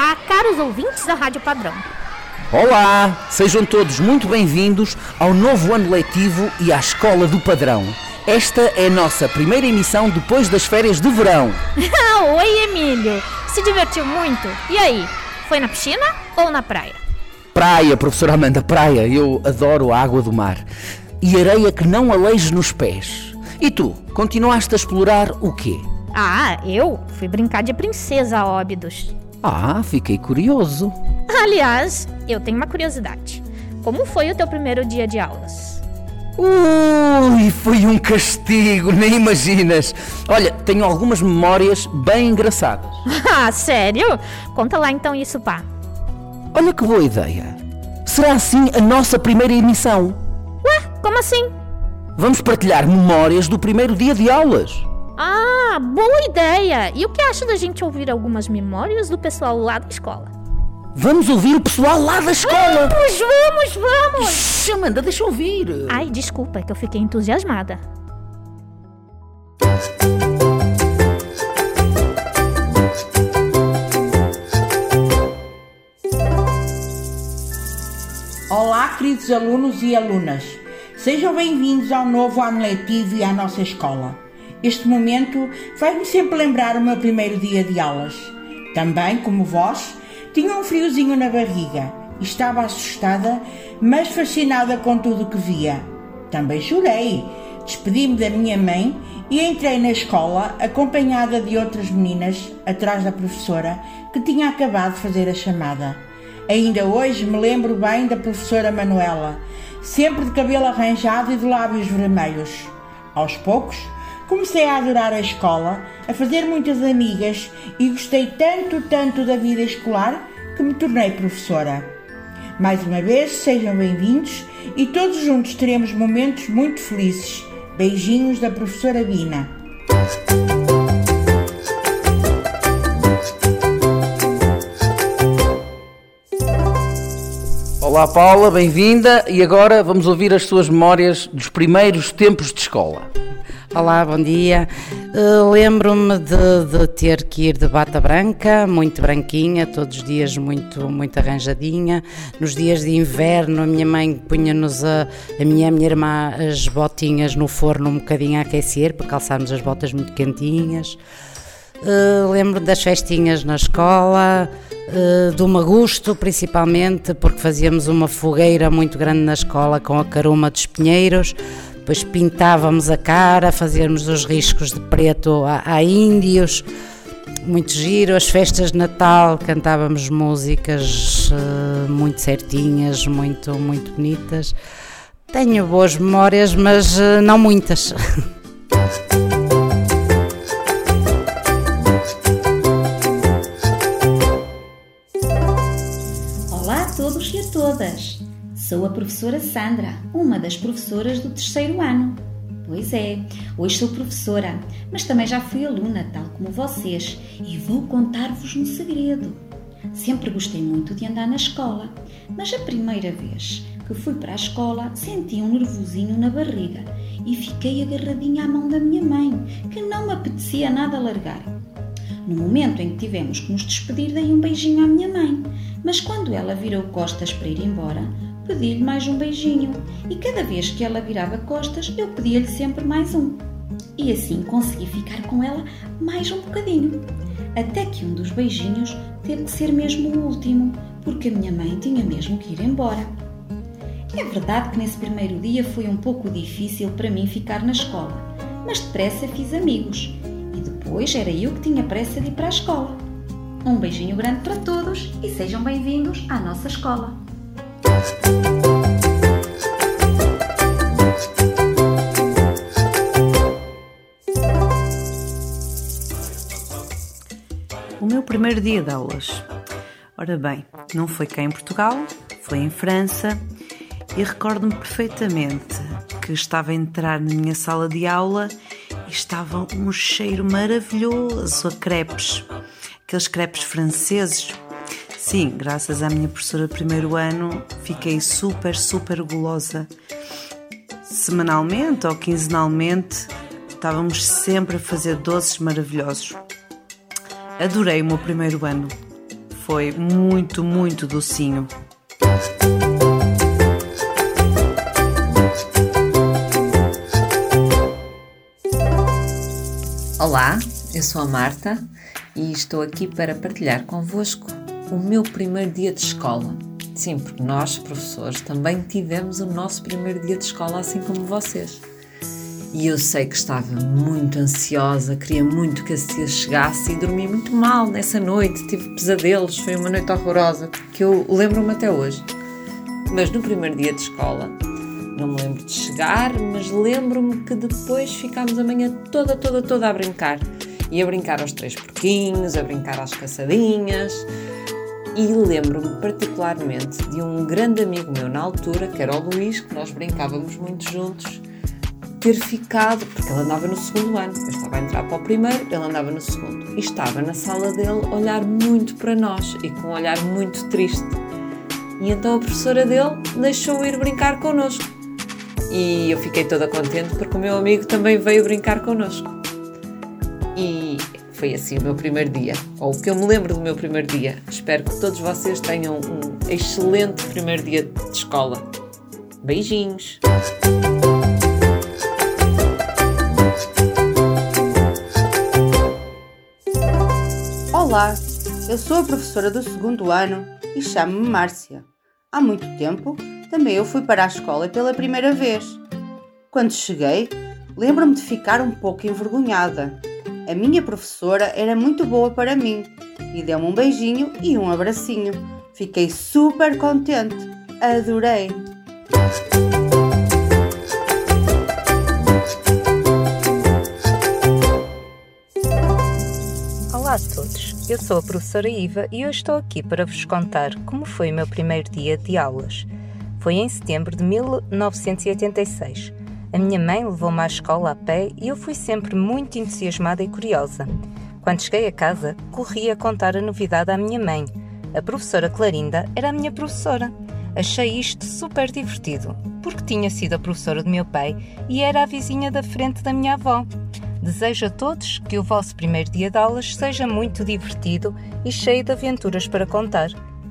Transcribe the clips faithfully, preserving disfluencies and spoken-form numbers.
Olá, caros ouvintes da Rádio Padrão. Olá, sejam todos muito bem-vindos ao novo ano letivo e à Escola do Padrão. Esta é a nossa primeira emissão depois das férias de verão. Oi, Emílio. Se divertiu muito? E aí, foi na piscina ou na praia? Praia, professora Amanda, praia. Eu adoro a água do mar. E areia que não aleije nos pés. E tu, continuaste a explorar o quê? Ah, eu fui brincar de princesa a Óbidos. Ah, fiquei curioso. Aliás, eu tenho uma curiosidade. Como foi o teu primeiro dia de aulas? Ui, foi um castigo, nem imaginas. Olha, tenho algumas memórias bem engraçadas. Ah, sério? Conta lá então isso, pá. Olha que boa ideia. Será assim a nossa primeira emissão? Ué, como assim? Vamos partilhar memórias do primeiro dia de aulas. Ah, boa ideia! E o que acha da gente ouvir algumas memórias do pessoal lá da escola? Vamos ouvir o pessoal lá da escola! Vamos, vamos, vamos! Shhh, Amanda, deixa eu ouvir! Ai, desculpa, é que eu fiquei entusiasmada. Olá, queridos alunos e alunas. Sejam bem-vindos ao novo ano letivo e à nossa escola. Este momento faz-me sempre lembrar o meu primeiro dia de aulas. Também, como vós, tinha um friozinho na barriga e estava assustada, mas fascinada com tudo o que via. Também chorei, despedi-me da minha mãe e entrei na escola acompanhada de outras meninas atrás da professora que tinha acabado de fazer a chamada. Ainda hoje me lembro bem da professora Manuela, sempre de cabelo arranjado e de lábios vermelhos. Aos poucos, comecei a adorar a escola, a fazer muitas amigas e gostei tanto, tanto da vida escolar que me tornei professora. Mais uma vez, sejam bem-vindos e todos juntos teremos momentos muito felizes. Beijinhos da professora Bina. Olá Paula, bem-vinda. E agora vamos ouvir as suas memórias dos primeiros tempos de escola. Olá, bom dia. Uh, Lembro-me de, de ter que ir de bata branca, muito branquinha, todos os dias muito, muito arranjadinha. Nos dias de inverno, a minha mãe punha-nos, a, a minha e a minha irmã, as botinhas no forno um bocadinho a aquecer, para calçarmos as botas muito quentinhas. Uh, lembro das festinhas na escola, uh, do magusto principalmente, porque fazíamos uma fogueira muito grande na escola com a caruma dos pinheiros. Depois pintávamos a cara, fazíamos os riscos de preto a, a índios, muito giro. As festas de Natal, cantávamos músicas uh, muito certinhas, muito, muito bonitas. Tenho boas memórias, mas uh, não muitas. Olá a todos e a todas! Sou a professora Sandra, uma das professoras do terceiro ano. Pois é, hoje sou professora, mas também já fui aluna, tal como vocês, e vou contar-vos um segredo. Sempre gostei muito de andar na escola, mas a primeira vez que fui para a escola senti um nervosinho na barriga e fiquei agarradinha à mão da minha mãe, que não me apetecia nada largar. No momento em que tivemos que nos despedir, dei um beijinho à minha mãe, mas quando ela virou costas para ir embora, pedi-lhe mais um beijinho e cada vez que ela virava costas eu pedia-lhe sempre mais um. E assim consegui ficar com ela mais um bocadinho. Até que um dos beijinhos teve que ser mesmo o último, porque a minha mãe tinha mesmo que ir embora. É verdade que nesse primeiro dia foi um pouco difícil para mim ficar na escola, mas depressa fiz amigos e depois era eu que tinha pressa de ir para a escola. Um beijinho grande para todos e sejam bem-vindos à nossa escola. O meu primeiro dia de aulas. Ora bem, não foi cá em Portugal, foi em França e recordo-me perfeitamente que estava a entrar na minha sala de aula e estava um cheiro maravilhoso a crepes, aqueles crepes franceses. Sim, graças à minha professora de primeiro ano, fiquei super, super gulosa. Semanalmente ou quinzenalmente, estávamos sempre a fazer doces maravilhosos. Adorei o meu primeiro ano. foi muito, muito docinho. Olá, eu sou a Marta e estou aqui para partilhar convosco o meu primeiro dia de escola. Sim, porque nós, professores, também tivemos o nosso primeiro dia de escola, assim como vocês. E eu sei que estava muito ansiosa, queria muito que esse dia chegasse e dormi muito mal nessa noite, tive pesadelos, foi uma noite horrorosa, que eu lembro-me até hoje. Mas no primeiro dia de escola, não me lembro de chegar, mas lembro-me que depois ficámos a manhã toda, toda, toda a brincar. E a brincar aos três porquinhos, a brincar às caçadinhas. E lembro-me particularmente de um grande amigo meu na altura, que era o Luís, que nós brincávamos muito juntos, ter ficado, porque ele andava no segundo ano, eu estava a entrar para o primeiro, ele andava no segundo, e estava na sala dele a olhar muito para nós e com um olhar muito triste. E então a professora dele deixou-o ir brincar connosco. E eu fiquei toda contente porque o meu amigo também veio brincar connosco. E foi assim o meu primeiro dia, ou o que eu me lembro do meu primeiro dia. Espero que todos vocês tenham um excelente primeiro dia de escola. Beijinhos! Olá, eu sou a professora do segundo ano e chamo-me Márcia. Há muito tempo, também eu fui para a escola pela primeira vez. Quando cheguei, lembro-me de ficar um pouco envergonhada. A minha professora era muito boa para mim e deu-me um beijinho e um abracinho. Fiquei super contente. Adorei! Olá a todos, eu sou a professora Iva e hoje estou aqui para vos contar como foi o meu primeiro dia de aulas. Foi em setembro de mil novecentos e oitenta e seis. A minha mãe levou-me à escola a pé e eu fui sempre muito entusiasmada e curiosa. Quando cheguei a casa, corri a contar a novidade à minha mãe. A professora Clarinda era a minha professora. Achei isto super divertido, porque tinha sido a professora do meu pai e era a vizinha da frente da minha avó. Desejo a todos que o vosso primeiro dia de aulas seja muito divertido e cheio de aventuras para contar.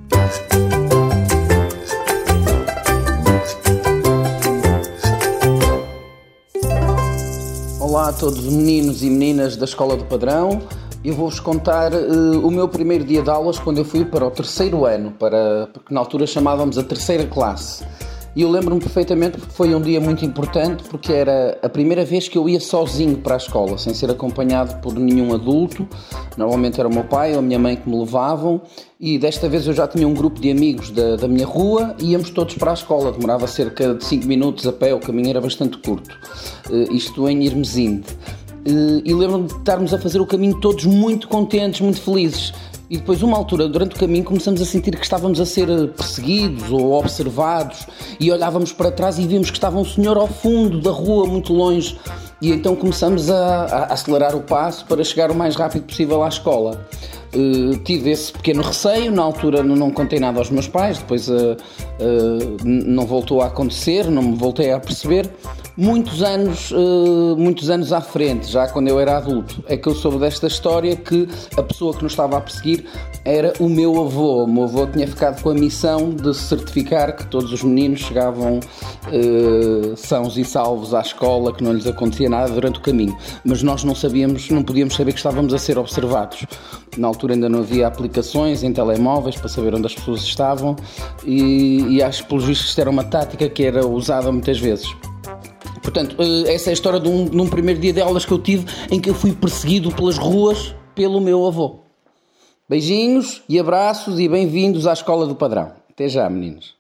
Olá a todos os meninos e meninas da Escola do Padrão. Eu vou-vos contar uh, o meu primeiro dia de aulas quando eu fui para o terceiro ano, para, porque na altura chamávamos a terceira classe. E eu lembro-me perfeitamente porque foi um dia muito importante, porque era a primeira vez que eu ia sozinho para a escola, sem ser acompanhado por nenhum adulto. Normalmente era o meu pai ou a minha mãe que me levavam, e desta vez eu já tinha um grupo de amigos da, da minha rua e íamos todos para a escola. Demorava cerca de cinco minutos a pé, o caminho era bastante curto, uh, isto em Irmesinde. Uh, e lembro-me de estarmos a fazer o caminho todos muito contentes, muito felizes. E depois, uma altura, durante o caminho, começamos a sentir que estávamos a ser perseguidos ou observados, e olhávamos para trás e vimos que estava um senhor ao fundo da rua, muito longe, e então começamos a, a acelerar o passo para chegar o mais rápido possível à escola. Uh, tive esse pequeno receio, na altura não, não contei nada aos meus pais, depois uh, uh, não voltou a acontecer, não me voltei a perceber. Muitos anos, uh, muitos anos à frente, já quando eu era adulto, é que eu soube desta história, que a pessoa que nos estava a perseguir era o meu avô. O meu avô tinha ficado com a missão de certificar que todos os meninos chegavam uh, sãos e salvos à escola, que não lhes acontecia nada durante o caminho. Mas nós não sabíamos, não podíamos saber que estávamos a ser observados. Na altura ainda não havia aplicações em telemóveis para saber onde as pessoas estavam, e, e acho que pelos vistos isto era uma tática que era usada muitas vezes. Portanto, essa é a história de um, de um primeiro dia de aulas que eu tive, em que eu fui perseguido pelas ruas pelo meu avô. Beijinhos e abraços e bem-vindos à Escola do Padrão. Até já, meninos.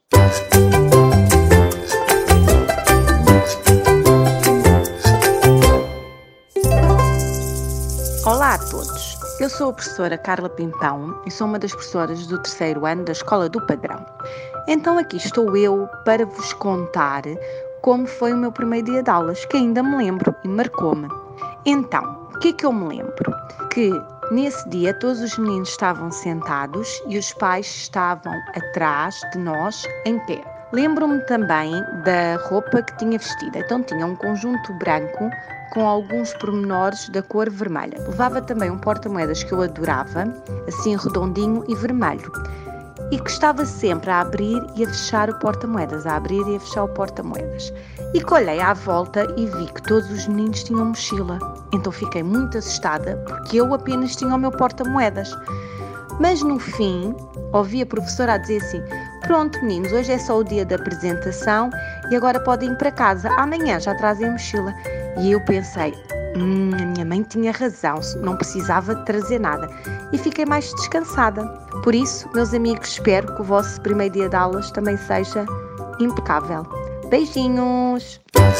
Olá a todos, eu sou a professora Carla Pimpão e sou uma das professoras do terceiro ano da Escola do Padrão. Então aqui estou eu para vos contar como foi o meu primeiro dia de aulas, que ainda me lembro e marcou-me. Então, o que é que eu me lembro? Que nesse dia todos os meninos estavam sentados e os pais estavam atrás de nós em pé. Lembro-me também da roupa que tinha vestida. Então tinha um conjunto branco com alguns pormenores da cor vermelha. Levava também um porta-moedas que eu adorava, assim redondinho e vermelho. E que estava sempre a abrir e a fechar o porta-moedas, a abrir e a fechar o porta-moedas. E que olhei à volta e vi que todos os meninos tinham mochila. Então fiquei muito assustada porque eu apenas tinha o meu porta-moedas. Mas no fim, ouvi a professora a dizer assim: pronto meninos, hoje é só o dia da apresentação e agora podem ir para casa, amanhã já trazem a mochila. E eu pensei, hum, a minha mãe tinha razão, não precisava de trazer nada. E fiquei mais descansada. Por isso, meus amigos, espero que o vosso primeiro dia de aulas também seja impecável. Beijinhos!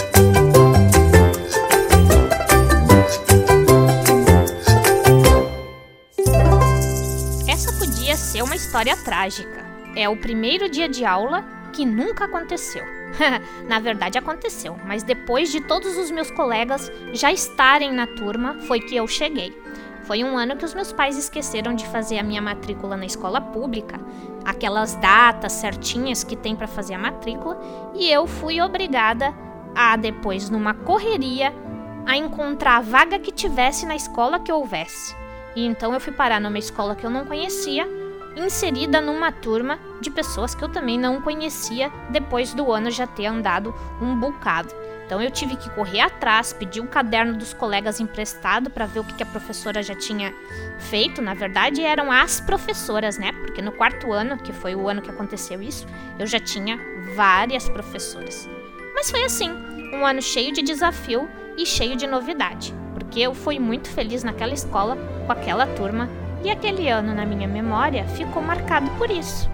Essa podia ser uma história trágica. É o primeiro dia de aula que nunca aconteceu. Na verdade aconteceu, mas depois de todos os meus colegas já estarem na turma, foi que eu cheguei. Foi um ano que os meus pais esqueceram de fazer a minha matrícula na escola pública, aquelas datas certinhas que tem para fazer a matrícula, e eu fui obrigada a, depois, numa correria, a encontrar a vaga que tivesse na escola que houvesse. E então eu fui parar numa escola que eu não conhecia, inserida numa turma de pessoas que eu também não conhecia, depois do ano já ter andado um bocado. Então eu tive que correr atrás, pedir o caderno dos colegas emprestado para ver o que a professora já tinha feito. Na verdade eram as professoras, né? Porque no quarto ano, que foi o ano que aconteceu isso, eu já tinha várias professoras. Mas foi assim, um ano cheio de desafio e cheio de novidade, porque eu fui muito feliz naquela escola, com aquela turma, e aquele ano na minha memória ficou marcado por isso.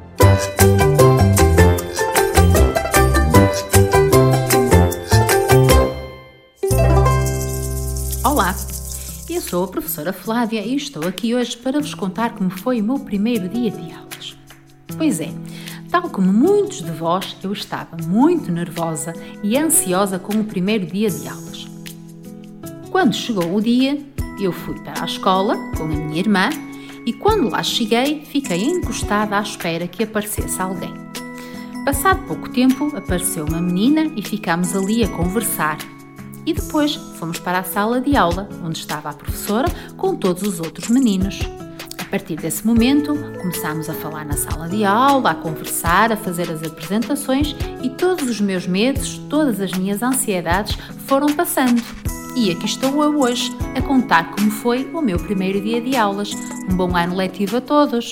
Olá, eu sou a professora Flávia e estou aqui hoje para vos contar como foi o meu primeiro dia de aulas. Pois é, tal como muitos de vós, eu estava muito nervosa e ansiosa com o primeiro dia de aulas. Quando chegou o dia, eu fui para a escola com a minha irmã e quando lá cheguei, fiquei encostada à espera que aparecesse alguém. Passado pouco tempo, apareceu uma menina e ficámos ali a conversar. E depois fomos para a sala de aula, onde estava a professora com todos os outros meninos. A partir desse momento, começámos a falar na sala de aula, a conversar, a fazer as apresentações e todos os meus medos, todas as minhas ansiedades foram passando. E aqui estou eu hoje a contar como foi o meu primeiro dia de aulas. Um bom ano letivo a todos!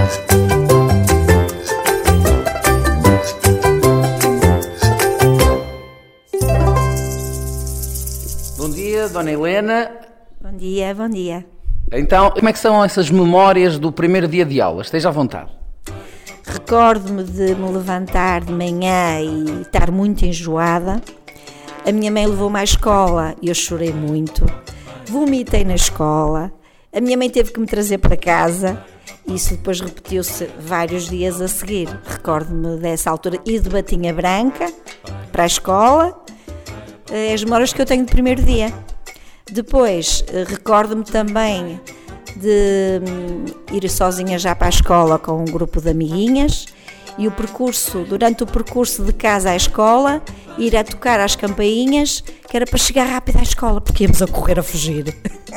Bom dia, Dona Helena. Bom dia, bom dia. Então, como é que são essas memórias do primeiro dia de aulas? Esteja à vontade. Recordo-me de me levantar de manhã e estar muito enjoada. A minha mãe levou-me à escola e eu chorei muito. Vomitei na escola. A minha mãe teve que me trazer para casa. Isso depois repetiu-se vários dias a seguir. Recordo-me dessa altura ir de batinha branca para a escola. As memórias que eu tenho do primeiro dia. Depois, recordo-me também de ir sozinha já para a escola com um grupo de amiguinhas e o percurso, durante o percurso de casa à escola, ir a tocar às campainhas, que era para chegar rápido à escola, porque íamos a correr a fugir.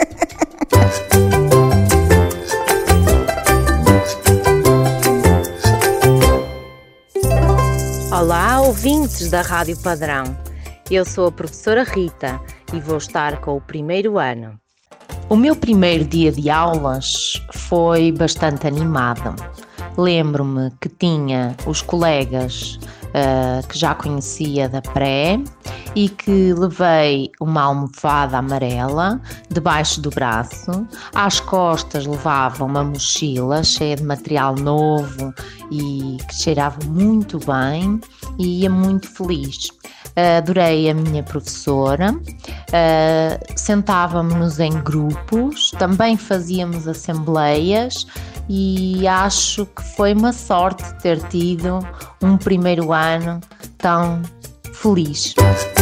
Olá, ouvintes da Rádio Padrão. Eu sou a professora Rita e vou estar com o primeiro ano. O meu primeiro dia de aulas foi bastante animado. Lembro-me que tinha os colegas uh, que já conhecia da pré e que levei uma almofada amarela debaixo do braço. Às costas levava uma mochila cheia de material novo e que cheirava muito bem e ia muito feliz. Adorei a minha professora, uh, sentávamos-nos em grupos, também fazíamos assembleias e acho que foi uma sorte ter tido um primeiro ano tão feliz.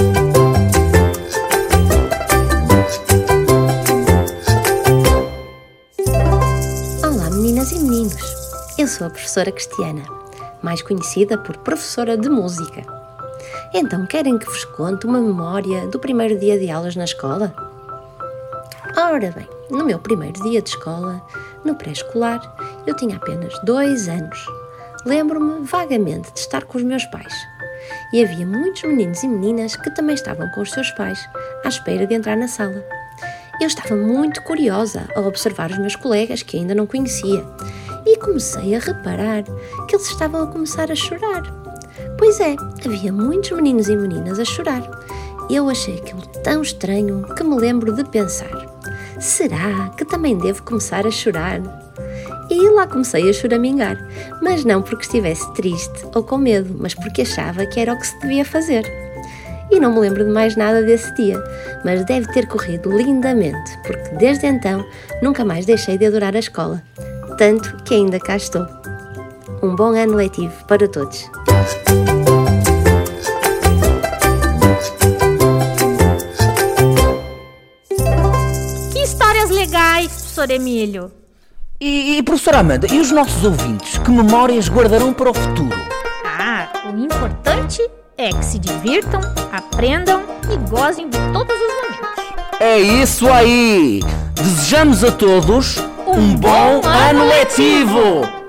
Olá meninas e meninos, eu sou a professora Cristiana, mais conhecida por professora de música. Então, querem que vos conte uma memória do primeiro dia de aulas na escola? Ora bem, no meu primeiro dia de escola, no pré-escolar, eu tinha apenas dois anos. Lembro-me vagamente de estar com os meus pais. E havia muitos meninos e meninas que também estavam com os seus pais, à espera de entrar na sala. Eu estava muito curiosa ao observar os meus colegas que ainda não conhecia e comecei a reparar que eles estavam a começar a chorar. Pois é, havia muitos meninos e meninas a chorar. Eu achei aquilo tão estranho que me lembro de pensar: será que também devo começar a chorar? E lá comecei a choramingar, mas não porque estivesse triste ou com medo, mas porque achava que era o que se devia fazer. E não me lembro de mais nada desse dia, mas deve ter corrido lindamente, porque desde então nunca mais deixei de adorar a escola, tanto que ainda cá estou. Um bom ano letivo para todos. Que histórias legais, professor Emílio! E, e professora Amanda, e os nossos ouvintes, que memórias guardarão para o futuro? Ah, o importante é que se divirtam, aprendam e gozem de todos os momentos. É isso aí! Desejamos a todos um, um bom, bom ano letivo!